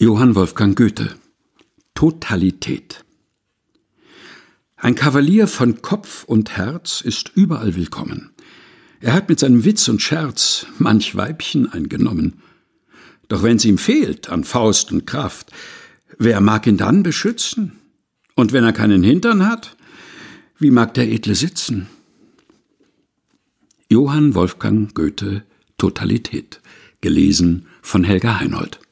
Johann Wolfgang Goethe: Totalität. Ein Kavalier von Kopf und Herz ist überall willkommen. Er hat mit seinem Witz und Scherz manch Weibchen eingenommen. Doch wenn's ihm fehlt an Faust und Kraft, wer mag ihn dann beschützen? Und wenn er keinen Hintern hat, wie mag der Edle sitzen? Johann Wolfgang Goethe: Totalität. Gelesen von Helga Heinold.